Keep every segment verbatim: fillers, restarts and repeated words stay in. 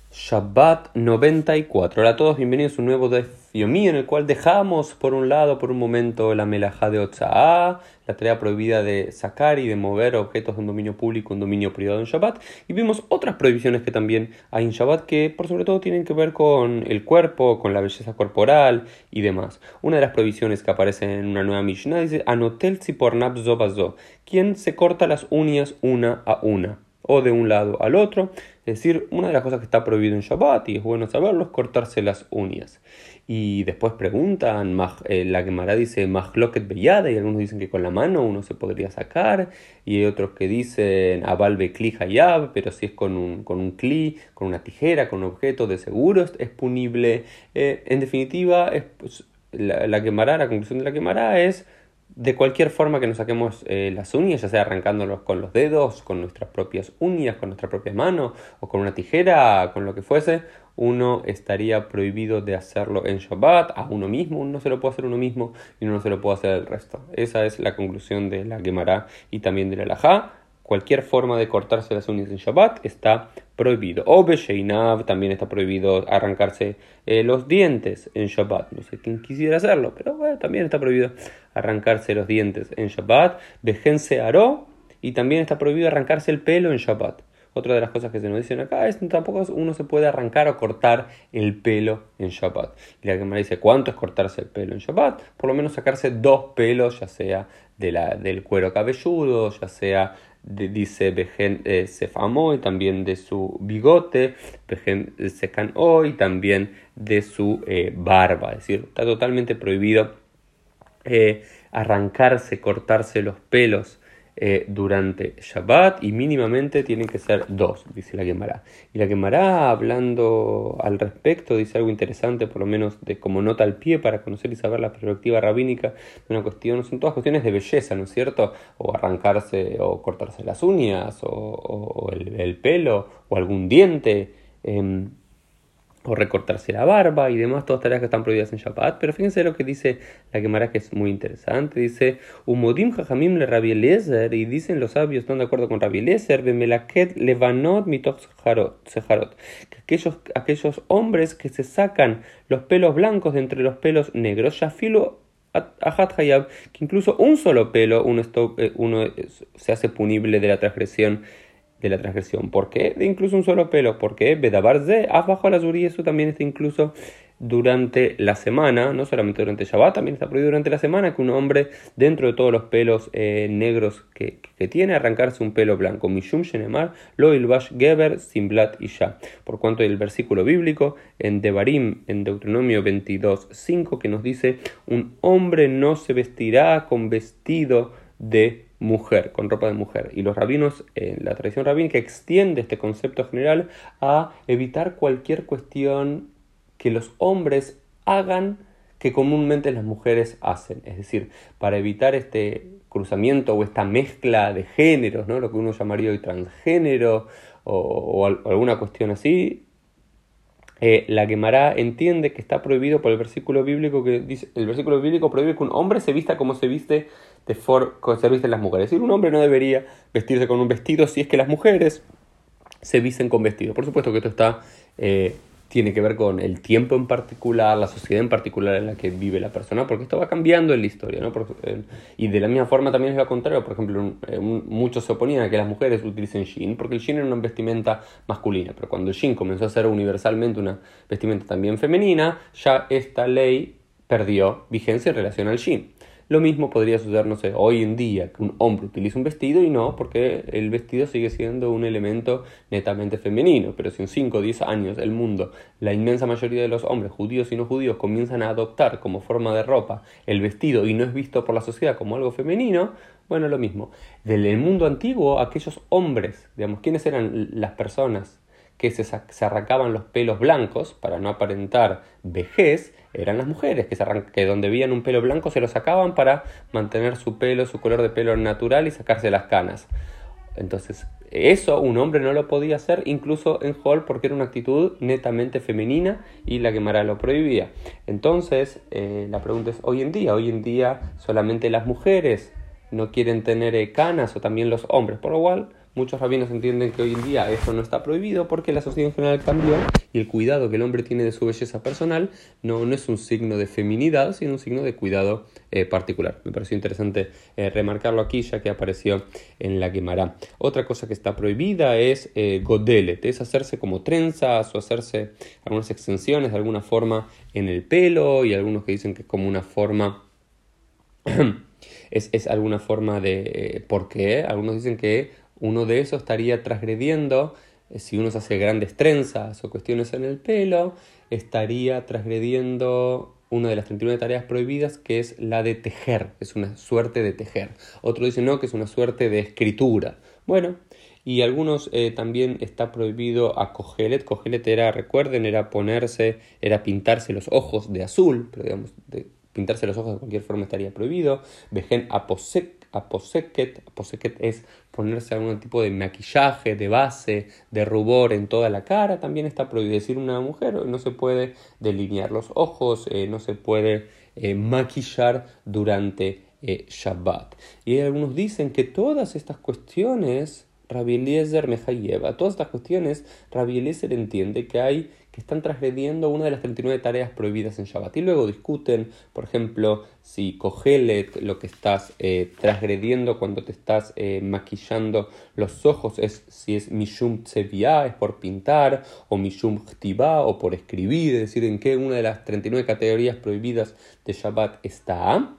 Shabbat noventa y cuatro. Hola a todos, bienvenidos a un nuevo desafío mío en el cual dejamos por un lado, por un momento, la melajá de Otsaá, la tarea prohibida de sacar y de mover objetos de un dominio público a un dominio privado en Shabbat, y vimos otras prohibiciones que también hay en Shabbat que por sobre todo tienen que ver con el cuerpo, con la belleza corporal y demás. Una de las prohibiciones que aparece en una nueva Mishnah dice Anotel tzipornab zo bazo, quien se corta las uñas una a una, o de un lado al otro. Es decir, una de las cosas que está prohibido en Shabbat, y es bueno saberlo, es cortarse las uñas. Y después preguntan, eh, la Gemara dice Mahloket beyada, y algunos dicen que con la mano uno se podría sacar, y hay otros que dicen Abal bekli hayab, pero si es con un, con un kli, con una tijera, con un objeto, de seguro es, es punible. Eh, en definitiva, es, pues, la, la Gemara, la conclusión de la Gemara es: de cualquier forma que nos saquemos eh, las uñas, ya sea arrancándolos con los dedos, con nuestras propias uñas, con nuestra propia mano, o con una tijera, con lo que fuese, uno estaría prohibido de hacerlo en Shabbat, a uno mismo. Uno no se lo puede hacer uno mismo y uno no se lo puede hacer al resto. Esa es la conclusión de la Gemara y también de la Halajá. Cualquier forma de cortarse las uñas en Shabbat está prohibido. O Besheinav, también está prohibido arrancarse eh, los dientes en Shabbat. No sé quién quisiera hacerlo, pero bueno, también está prohibido arrancarse los dientes en Shabbat. Bejense Aro, y también está prohibido arrancarse el pelo en Shabbat. Otra de las cosas que se nos dicen acá es que tampoco uno se puede arrancar o cortar el pelo en Shabbat. Y la Gemara dice, ¿cuánto es cortarse el pelo en Shabbat? Por lo menos sacarse dos pelos, ya sea de la, del cuero cabelludo, ya sea, de, dice Bejen eh, Sefamo, y también de su bigote, Bejen Sekano, y también de su eh, barba. Es decir, está totalmente prohibido eh, arrancarse, cortarse los pelos Eh, durante Shabbat, y mínimamente tienen que ser dos, dice la Gemara. Y la Gemara, hablando al respecto, dice algo interesante, por lo menos de como nota al pie, para conocer y saber la perspectiva rabínica de una cuestión. Son todas cuestiones de belleza, ¿no es cierto? O arrancarse o cortarse las uñas, o, o, o el, el pelo, o algún diente, eh, o recortarse la barba y demás, todas tareas que están prohibidas en Shabbat. Pero fíjense lo que dice la Gemara, que es muy interesante. Dice Umodim Jajamim le Rabbi Eliezer, y dicen los sabios, están de acuerdo con Rabbi Eliezer, Bemelaket levanot mitoch sejarot, que aquellos, aquellos hombres que se sacan los pelos blancos de entre los pelos negros, Shafilo Ajat Hayab, que incluso un solo pelo uno, esto, uno se hace punible de la transgresión de la transgresión. ¿Por qué? De incluso un solo pelo. ¿Por qué? Bedabarze, abajo la zuri, eso también está incluso durante la semana, no solamente durante Shabbat, también está prohibido durante la semana que un hombre, dentro de todos los pelos eh, negros que, que tiene, arrancarse un pelo blanco. Mishum shenemar lo ilbash geber simblat isha. Por cuanto hay el versículo bíblico en Devarim, en Deuteronomio veintidós cinco, que nos dice: un hombre no se vestirá con vestido de mujer, con ropa de mujer. Y los rabinos, eh, la tradición rabínica extiende este concepto general a evitar cualquier cuestión que los hombres hagan que comúnmente las mujeres hacen. Es decir, para evitar este cruzamiento o esta mezcla de géneros, ¿no? Lo que uno llamaría hoy transgénero, o, o, o alguna cuestión así. Eh, la Gemara entiende que está prohibido por el versículo bíblico, que dice, el versículo bíblico prohíbe que un hombre se vista como se viste de for, como se visten las mujeres. Es decir, un hombre no debería vestirse con un vestido si es que las mujeres se visten con vestido. Por supuesto que esto está eh, tiene que ver con el tiempo en particular, la sociedad en particular en la que vive la persona, porque esto va cambiando en la historia, ¿no? Por, eh, y de la misma forma también es lo contrario. Por ejemplo, un, eh, un, muchos se oponían a que las mujeres utilicen jean, porque el jean era una vestimenta masculina, pero cuando el jean comenzó a ser universalmente una vestimenta también femenina, ya esta ley perdió vigencia en relación al jean. Lo mismo podría suceder, no sé, hoy en día, que un hombre utilice un vestido, y no, porque el vestido sigue siendo un elemento netamente femenino. Pero si en cinco o diez años el mundo, la inmensa mayoría de los hombres, judíos y no judíos, comienzan a adoptar como forma de ropa el vestido y no es visto por la sociedad como algo femenino, bueno, lo mismo. Del mundo antiguo, aquellos hombres, digamos, ¿quiénes eran las personas que se, se arrancaban los pelos blancos para no aparentar vejez? Eran las mujeres que, se arran- que donde veían un pelo blanco se lo sacaban para mantener su pelo, su color de pelo natural y sacarse las canas. Entonces, eso un hombre no lo podía hacer, incluso en Hall, porque era una actitud netamente femenina y la Gemara lo prohibía. Entonces, eh, la pregunta es, hoy en día, hoy en día solamente las mujeres no quieren tener eh, canas, o también los hombres, por lo cual muchos rabinos entienden que hoy en día eso no está prohibido porque la sociedad en general cambió y el cuidado que el hombre tiene de su belleza personal no, no es un signo de feminidad, sino un signo de cuidado eh, particular. Me pareció interesante eh, remarcarlo aquí, ya que apareció en la Guemará. Otra cosa que está prohibida es eh, godelet, es hacerse como trenzas o hacerse algunas extensiones de alguna forma en el pelo, y algunos que dicen que es como una forma... es, es alguna forma de... Eh, ¿por qué? Algunos dicen que uno de esos estaría transgrediendo, eh, si uno se hace grandes trenzas o cuestiones en el pelo, estaría transgrediendo una de las treinta y una tareas prohibidas, que es la de tejer, es una suerte de tejer. Otros dicen no, que es una suerte de escritura. Bueno, y algunos eh, también está prohibido a cogelet. Cogelet era, recuerden, era ponerse, era pintarse los ojos de azul, pero digamos, de pintarse los ojos de cualquier forma estaría prohibido. Vejen aposek, aposeket, aposeket es ponerse algún tipo de maquillaje, de base, de rubor en toda la cara, también está prohibido. Es decir, una mujer no se puede delinear los ojos, eh, no se puede eh, maquillar durante eh, Shabbat. Y algunos dicen que todas estas cuestiones Rabbi Eliezer mejayeva, todas estas cuestiones Rabbi Eliezer entiende que hay que están transgrediendo una de las treinta y nueve tareas prohibidas en Shabbat. Y luego discuten, por ejemplo, si cogelet, lo que estás eh, transgrediendo cuando te estás eh, maquillando los ojos, es si es mishum tzeviá, es por pintar, o mishum chtivá, o por escribir, es decir, en qué una de las treinta y nueve categorías prohibidas de Shabbat está.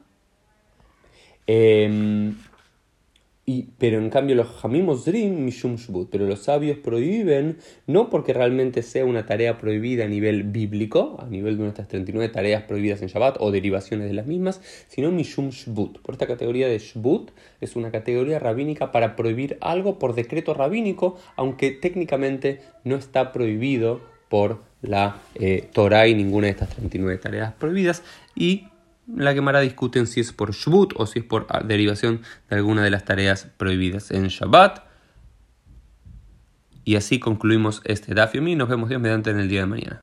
Eh, Y, pero en cambio los Jamim Osrim Mishum Shvut, pero los sabios prohíben no porque realmente sea una tarea prohibida a nivel bíblico, a nivel de nuestras treinta y nueve tareas prohibidas en Shabbat o derivaciones de las mismas, sino Mishum Shvut. Por esta categoría de Shvut es una categoría rabínica para prohibir algo por decreto rabínico, aunque técnicamente no está prohibido por la eh, Torá y ninguna de estas treinta y nueve tareas prohibidas. Y la Gemara discuten si es por Shvut o si es por derivación de alguna de las tareas prohibidas en Shabbat. Y así concluimos este Daf Yomi. Nos vemos Dios mediante en el día de mañana.